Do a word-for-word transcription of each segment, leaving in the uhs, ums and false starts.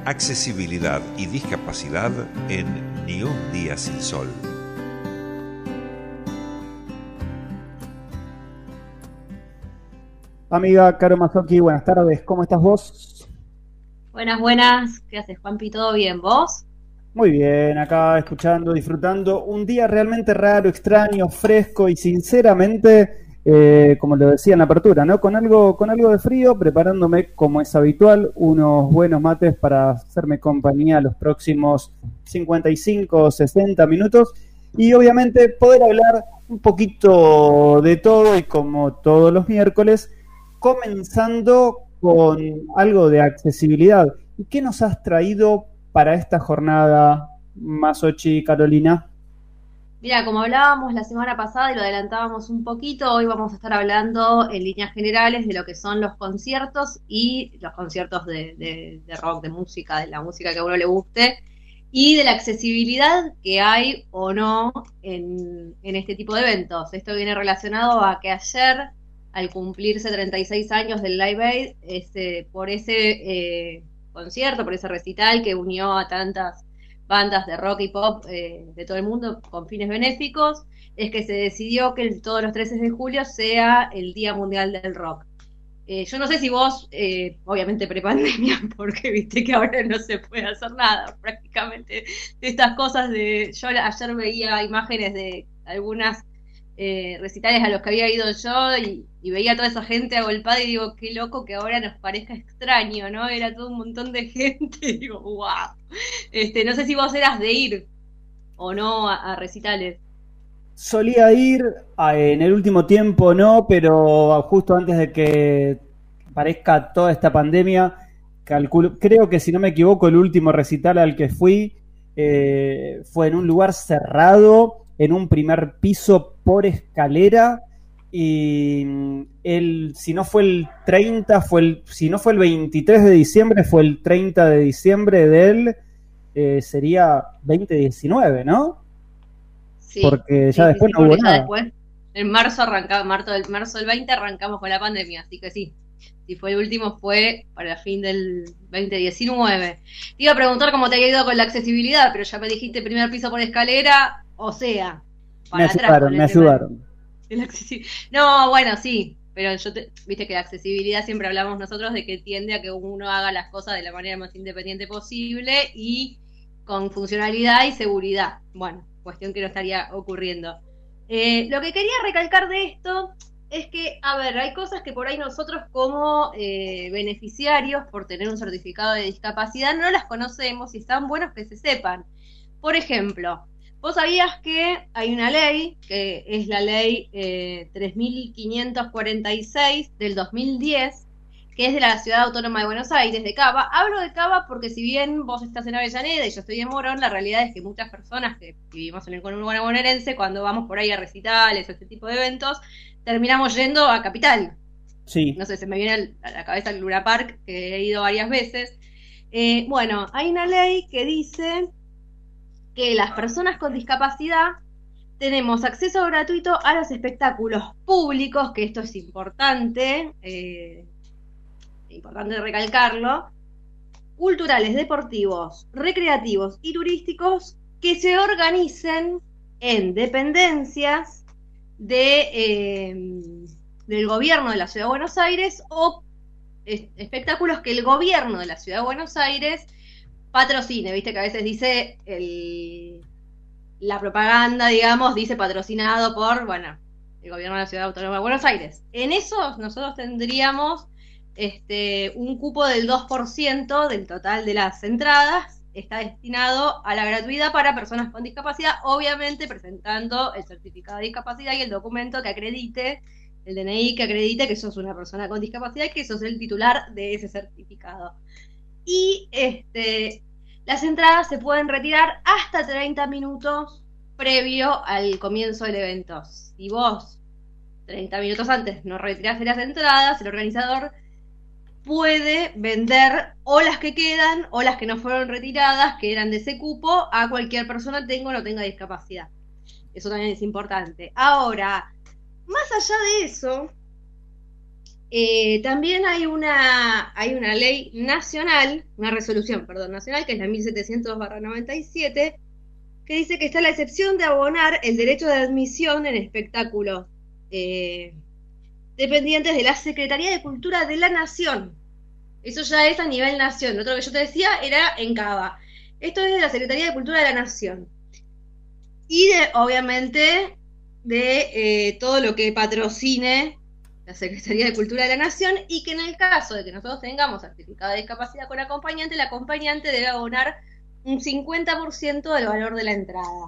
accesibilidad y discapacidad en Ni un día sin sol. Amiga Caro Mazzocchi, buenas tardes, ¿cómo estás vos? Buenas, buenas, ¿qué haces, Juanpi? ¿Todo bien? ¿Vos? Muy bien, acá escuchando, disfrutando, un día realmente raro, extraño, fresco y sinceramente, eh, como lo decía en la apertura, ¿no? Con algo, con algo de frío, preparándome como es habitual, unos buenos mates para hacerme compañía los próximos cincuenta y cinco o sesenta minutos y obviamente poder hablar un poquito de todo y como todos los miércoles, comenzando con algo de accesibilidad. ¿Y qué nos has traído para esta jornada, Mazzocchi, Carolina? Mira, como hablábamos la semana pasada y lo adelantábamos un poquito, hoy vamos a estar hablando en líneas generales de lo que son los conciertos y los conciertos de, de, de rock, de música, de la música que a uno le guste, y de la accesibilidad que hay o no en, en este tipo de eventos. Esto viene relacionado a que ayer, al cumplirse treinta y seis años del Live Aid, ese, por ese eh, concierto, por ese recital que unió a tantas bandas de rock y pop eh, de todo el mundo con fines benéficos, es que se decidió que el, todos los trece de julio sea el Día Mundial del Rock. Eh, yo no sé si vos, eh, obviamente prepandemia, porque viste que ahora no se puede hacer nada prácticamente de estas cosas de... Yo ayer veía imágenes de algunas eh, recitales a los que había ido yo y, y veía a toda esa gente agolpada y digo, qué loco que ahora nos parezca extraño, ¿no? Era todo un montón de gente y digo, wow. Este, no sé si vos eras de ir o no a, a recitales. Solía ir, a, en el último tiempo no, pero justo antes de que parezca toda esta pandemia, calculo, creo que si no me equivoco, el último recital al que fui eh, fue en un lugar cerrado, en un primer piso por escalera, y el, si no fue el treinta, fue el, si no fue el veintitrés de diciembre, fue el treinta de diciembre del, eh, sería veinte diecinueve, ¿no? Sí, Porque ya sí, sí, después sí, no hubo porque ya nada. después, en marzo arrancaba, marzo del, marzo del veinte arrancamos con la pandemia, así que sí. Si fue el último fue para el fin del veinte diecinueve. Te iba a preguntar cómo te había ido con la accesibilidad, pero ya me dijiste primer piso por escalera, o sea, Me para atrás con ayudaron, me el tema ayudaron. de la accesibilidad. No, bueno, sí, pero yo te, viste que la accesibilidad siempre hablamos nosotros de que tiende a que uno haga las cosas de la manera más independiente posible y con funcionalidad y seguridad. Bueno, cuestión que no estaría ocurriendo. Eh, lo que quería recalcar de esto es que, a ver, hay cosas que por ahí nosotros como eh, beneficiarios por tener un certificado de discapacidad no las conocemos y están buenos que se sepan. Por ejemplo, vos sabías que hay una ley, que es la ley eh, tres mil quinientos cuarenta y seis del dos mil diez, que es de la Ciudad Autónoma de Buenos Aires, de Cava. Hablo de Cava porque si bien vos estás en Avellaneda y yo estoy en Morón, la realidad es que muchas personas que vivimos en el conurbano bonaerense, cuando vamos por ahí a recitales o este tipo de eventos, terminamos yendo a Capital. Sí. No sé, se me viene a la cabeza el Luna Park, que he ido varias veces. Eh, bueno, hay una ley que dice que las personas con discapacidad tenemos acceso gratuito a los espectáculos públicos, que esto es importante, eh, importante recalcarlo, culturales, deportivos, recreativos y turísticos que se organicen en dependencias de, eh, del gobierno de la Ciudad de Buenos Aires o eh, espectáculos que el gobierno de la Ciudad de Buenos Aires patrocine. Viste que a veces dice el, la propaganda, digamos, dice patrocinado por, bueno, el gobierno de la Ciudad Autónoma de Buenos Aires. En eso nosotros tendríamos este, un cupo del dos por ciento del total de las entradas, está destinado a la gratuidad para personas con discapacidad, obviamente presentando el certificado de discapacidad y el documento que acredite, el D N I que acredite que sos una persona con discapacidad y que sos el titular de ese certificado. Y este, las entradas se pueden retirar hasta treinta minutos previo al comienzo del evento. Si vos treinta minutos antes no retiraste las entradas, el organizador puede vender o las que quedan o las que no fueron retiradas, que eran de ese cupo, a cualquier persona tenga o no tenga discapacidad. Eso también es importante. Ahora, más allá de eso, Eh, también hay una, hay una ley nacional, una resolución, perdón, nacional, que es la mil setecientos barra noventa y siete, que dice que está la excepción de abonar el derecho de admisión en espectáculos eh, dependientes de la Secretaría de Cultura de la Nación. Eso ya es a nivel nación. Lo otro que yo te decía era en Cava. Esto es de la Secretaría de Cultura de la Nación. Y de, obviamente, de eh, todo lo que patrocine la Secretaría de Cultura de la Nación, y que en el caso de que nosotros tengamos certificado de discapacidad con acompañante, el acompañante debe abonar un cincuenta por ciento del valor de la entrada.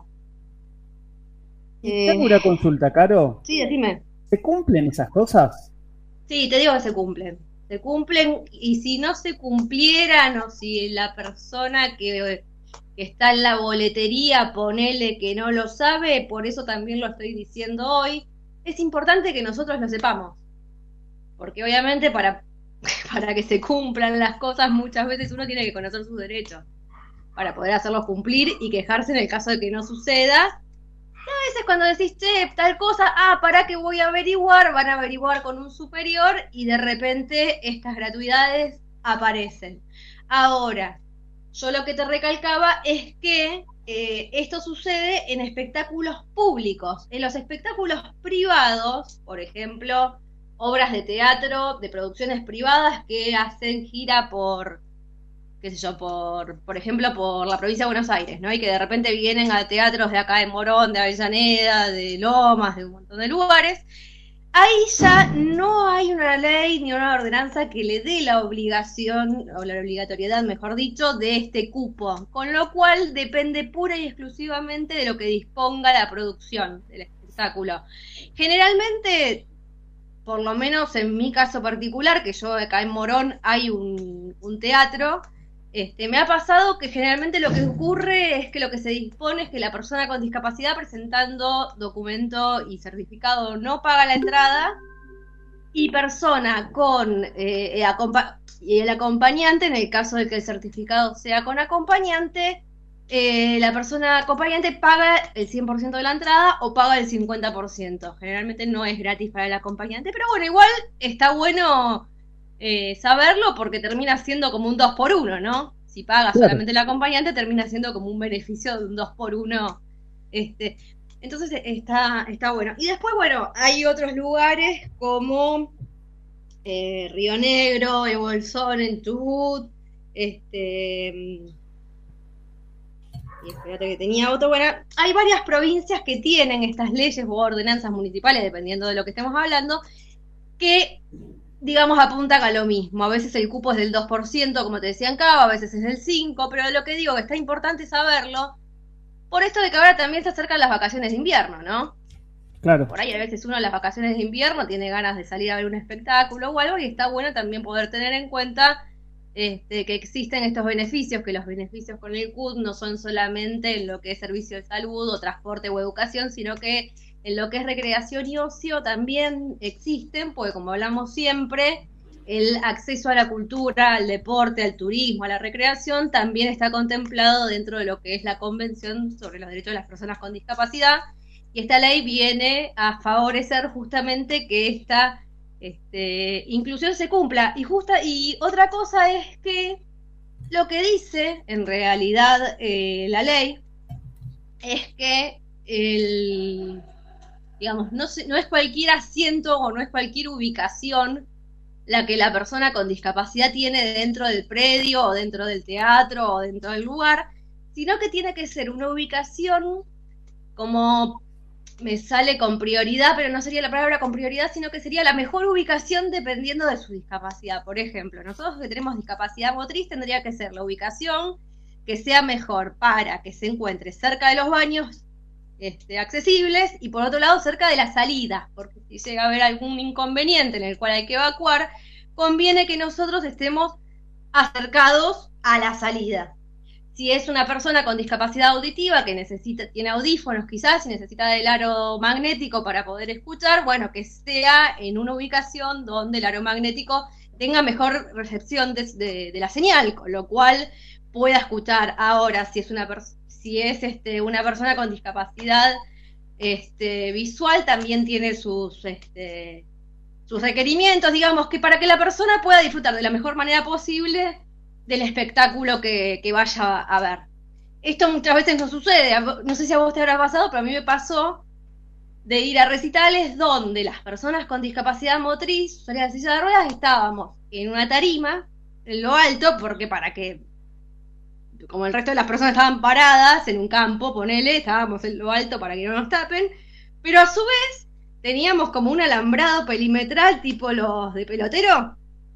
Tengo una consulta, Caro. Sí, decime. ¿Se cumplen esas cosas? Sí, te digo que se cumplen. Se cumplen, y si no se cumplieran, o si la persona que, que está en la boletería, ponele que no lo sabe, por eso también lo estoy diciendo hoy, es importante que nosotros lo sepamos. Porque obviamente para, para que se cumplan las cosas muchas veces uno tiene que conocer sus derechos para poder hacerlos cumplir y quejarse en el caso de que no suceda. Y a veces cuando decís, che, tal cosa, ah, para que voy a averiguar, van a averiguar con un superior y de repente estas gratuidades aparecen. Ahora, yo lo que te recalcaba es que eh, esto sucede en espectáculos públicos. En los espectáculos privados, por ejemplo, obras de teatro, de producciones privadas que hacen gira por, qué sé yo, por, por ejemplo, por la provincia de Buenos Aires, ¿no? Y que de repente vienen a teatros de acá de Morón, de Avellaneda, de Lomas, de un montón de lugares. Ahí ya no hay una ley ni una ordenanza que le dé la obligación, o la obligatoriedad, mejor dicho, de este cupo, con lo cual depende pura y exclusivamente de lo que disponga la producción del espectáculo. Generalmente, por lo menos en mi caso particular, que yo acá en Morón hay un, un teatro, este, me ha pasado que generalmente lo que ocurre es que lo que se dispone es que la persona con discapacidad presentando documento y certificado no paga la entrada, y persona con eh, acompa- y el acompañante, en el caso de que el certificado sea con acompañante, Eh, la persona acompañante paga el cien por ciento de la entrada o paga el cincuenta por ciento. Generalmente no es gratis para el acompañante, pero bueno, igual está bueno eh, saberlo, porque termina siendo como un dos por uno, ¿no? Si paga Claro. solamente el acompañante, termina siendo como un beneficio de un dos por uno. Este, entonces está, está bueno. Y después, bueno, hay otros lugares como eh, Río Negro, El Bolsón en Chubut, este... y espérate que tenía otro, bueno, hay varias provincias que tienen estas leyes o ordenanzas municipales, dependiendo de lo que estemos hablando, que, digamos, apuntan a lo mismo. A veces el cupo es del dos por ciento, como te decía en Cava, a veces es del cinco por ciento, pero lo que digo, que está importante saberlo, por esto de que ahora también se acercan las vacaciones de invierno, ¿no? Claro. Por ahí a veces uno en las vacaciones de invierno tiene ganas de salir a ver un espectáculo o algo, y está bueno también poder tener en cuenta Este, que existen estos beneficios, que los beneficios con el C U T no son solamente en lo que es servicio de salud o transporte o educación, sino que en lo que es recreación y ocio también existen, porque como hablamos siempre, el acceso a la cultura, al deporte, al turismo, a la recreación, también está contemplado dentro de lo que es la Convención sobre los Derechos de las Personas con Discapacidad, y esta ley viene a favorecer justamente que esta Este, inclusión se cumpla. Y justa, y otra cosa es que lo que dice en realidad eh, la ley es que el, digamos, no, se, no es cualquier asiento o no es cualquier ubicación la que la persona con discapacidad tiene dentro del predio o dentro del teatro o dentro del lugar, sino que tiene que ser una ubicación, como me sale con prioridad, pero no sería la palabra con prioridad, sino que sería la mejor ubicación dependiendo de su discapacidad. Por ejemplo, nosotros que tenemos discapacidad motriz, tendría que ser la ubicación que sea mejor para que se encuentre cerca de los baños este, accesibles, y por otro lado cerca de la salida, porque si llega a haber algún inconveniente en el cual hay que evacuar, conviene que nosotros estemos acercados a la salida. Si es una persona con discapacidad auditiva que necesita, tiene audífonos quizás y necesita del aro magnético para poder escuchar, bueno, que sea en una ubicación donde el aro magnético tenga mejor recepción de, de, de la señal, con lo cual pueda escuchar. Ahora, si es una, si es, este, una persona con discapacidad este, visual, también tiene sus... Este, sus requerimientos, digamos, que para que la persona pueda disfrutar de la mejor manera posible del espectáculo que, que vaya a ver. Esto muchas veces no sucede, no sé si a vos te habrá pasado, pero a mí me pasó de ir a recitales donde las personas con discapacidad motriz, usuarias de silla de ruedas, estábamos en una tarima, en lo alto, porque para que, como el resto de las personas estaban paradas en un campo, ponele, estábamos en lo alto para que no nos tapen, pero a su vez teníamos como un alambrado perimetral tipo los de pelotero.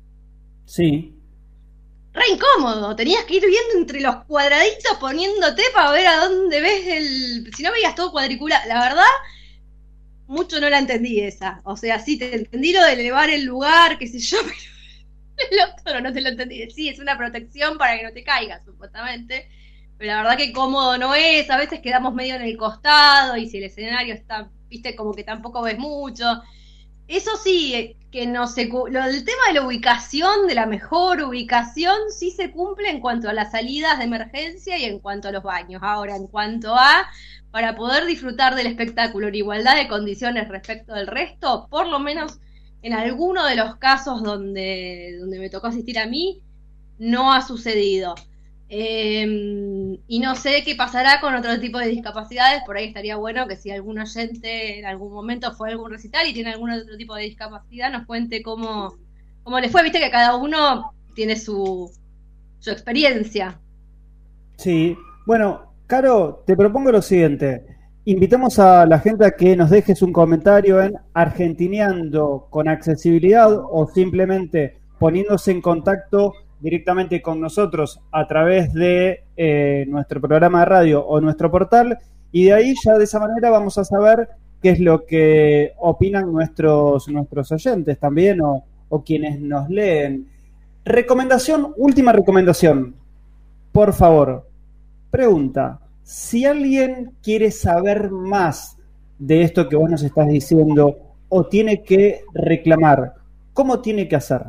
Sí. Re incómodo, tenías que ir viendo entre los cuadraditos poniéndote para ver a dónde ves el... Si no veías todo cuadriculado, la verdad, mucho no la entendí esa. O sea, sí, te entendí lo de elevar el lugar, qué sé yo, pero el otro no te lo entendí. Sí, es una protección para que no te caigas, supuestamente, pero la verdad que cómodo no es, a veces quedamos medio en el costado y si el escenario está, viste, como que tampoco ves mucho. Eso sí, que no se... Lo del tema de la ubicación, de la mejor ubicación, sí se cumple en cuanto a las salidas de emergencia y en cuanto a los baños. Ahora, en cuanto a, para poder disfrutar del espectáculo en igualdad de condiciones respecto del resto, por lo menos en alguno de los casos donde, donde me tocó asistir a mí, no ha sucedido. Eh, y no sé qué pasará con otro tipo de discapacidades. Por ahí estaría bueno que si algún oyente en algún momento fue a algún recital y tiene algún otro tipo de discapacidad, nos cuente cómo, cómo le fue. Viste que cada uno tiene su, su experiencia. Sí, bueno, Caro, te propongo lo siguiente. Invitamos a la gente a que nos dejes un comentario en Argentineando con Accesibilidad o simplemente poniéndose en contacto directamente con nosotros a través de eh, nuestro programa de radio o nuestro portal, y de ahí ya de esa manera vamos a saber qué es lo que opinan nuestros, nuestros oyentes también o, o quienes nos leen. Recomendación, última recomendación. Por favor, pregunta, si alguien quiere saber más de esto que vos nos estás diciendo o tiene que reclamar, ¿cómo tiene que hacer?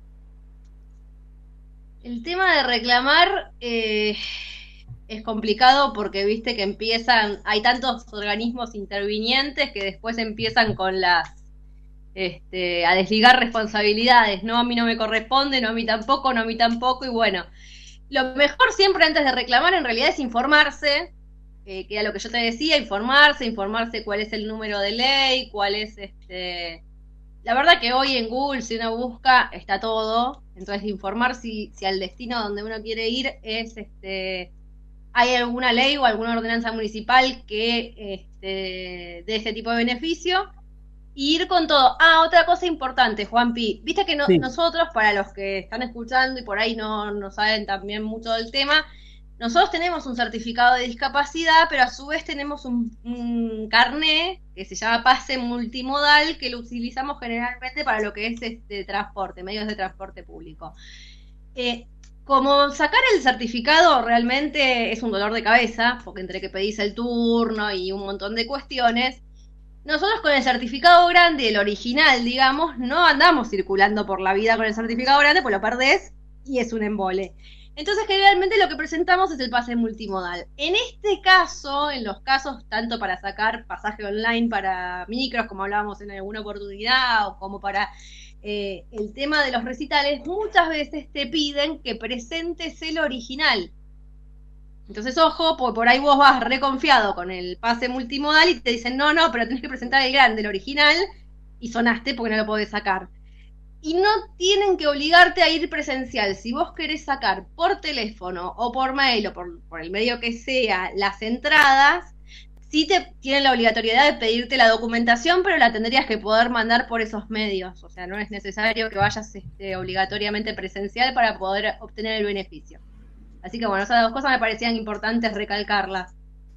El tema de reclamar eh, es complicado porque viste que empiezan, hay tantos organismos intervinientes que después empiezan con las, este, a desligar responsabilidades, no, a mí no me corresponde, no a mí tampoco, no a mí tampoco, y bueno, lo mejor siempre antes de reclamar en realidad es informarse, eh, que era lo que yo te decía, informarse, informarse cuál es el número de ley, cuál es este... La verdad que hoy en Google, si uno busca, está todo. Entonces, informar si, si al destino donde uno quiere ir es, este, hay alguna ley o alguna ordenanza municipal que este, de este tipo de beneficio. Y ir con todo. Ah, otra cosa importante, Juanpi. Viste que no, sí. Nosotros, para los que están escuchando y por ahí no, no saben también mucho del tema, nosotros tenemos un certificado de discapacidad, pero a su vez tenemos un, un carné que se llama pase multimodal, que lo utilizamos generalmente para lo que es este transporte, medios de transporte público. Eh, como sacar el certificado realmente es un dolor de cabeza, porque entre que pedís el turno y un montón de cuestiones, nosotros con el certificado grande, el original, digamos, no andamos circulando por la vida con el certificado grande, pues lo perdés y es un embole. Entonces, generalmente lo que presentamos es el pase multimodal. En este caso, en los casos tanto para sacar pasaje online para micros, como hablábamos en alguna oportunidad, o como para eh, el tema de los recitales, muchas veces te piden que presentes el original. Entonces, ojo, porque por ahí vos vas reconfiado con el pase multimodal y te dicen, no, no, pero tenés que presentar el grande, el original, y sonaste porque no lo podés sacar. Y no tienen que obligarte a ir presencial. Si vos querés sacar por teléfono o por mail o por, por el medio que sea las entradas, sí te tienen la obligatoriedad de pedirte la documentación, pero la tendrías que poder mandar por esos medios. O sea, no es necesario que vayas este, obligatoriamente presencial para poder obtener el beneficio. Así que bueno, esas dos cosas me parecían importantes recalcarlas.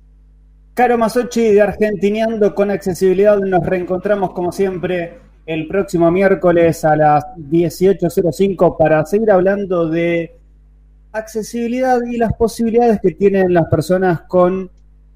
Caro Masochi de Argentineando con Accesibilidad, nos reencontramos como siempre el próximo miércoles a las dieciocho cero cinco para seguir hablando de accesibilidad y las posibilidades que tienen las personas con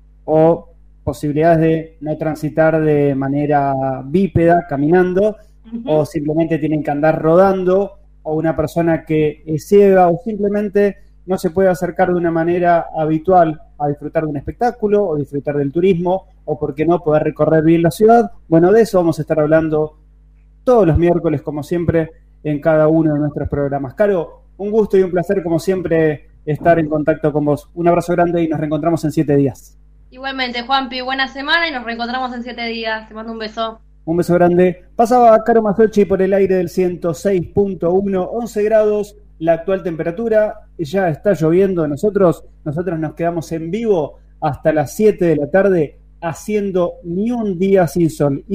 o posibilidades de no transitar de manera bípeda, caminando, uh-huh. o simplemente tienen que andar rodando, o una persona que es ciega o simplemente no se puede acercar de una manera habitual a disfrutar de un espectáculo o disfrutar del turismo, o por qué no poder recorrer bien la ciudad. Bueno, de eso vamos a estar hablando todos los miércoles, como siempre, en cada uno de nuestros programas. Caro, un gusto y un placer, como siempre, estar en contacto con vos. Un abrazo grande y nos reencontramos en siete días. Igualmente, Juanpi, buena semana y nos reencontramos en siete días. Te mando un beso. Un beso grande. Pasaba Caro Masochi por el aire del ciento seis punto uno, once grados, la actual temperatura, ya está lloviendo. Nosotros, nosotros nos quedamos en vivo hasta las siete de la tarde haciendo Ni un día sin sol.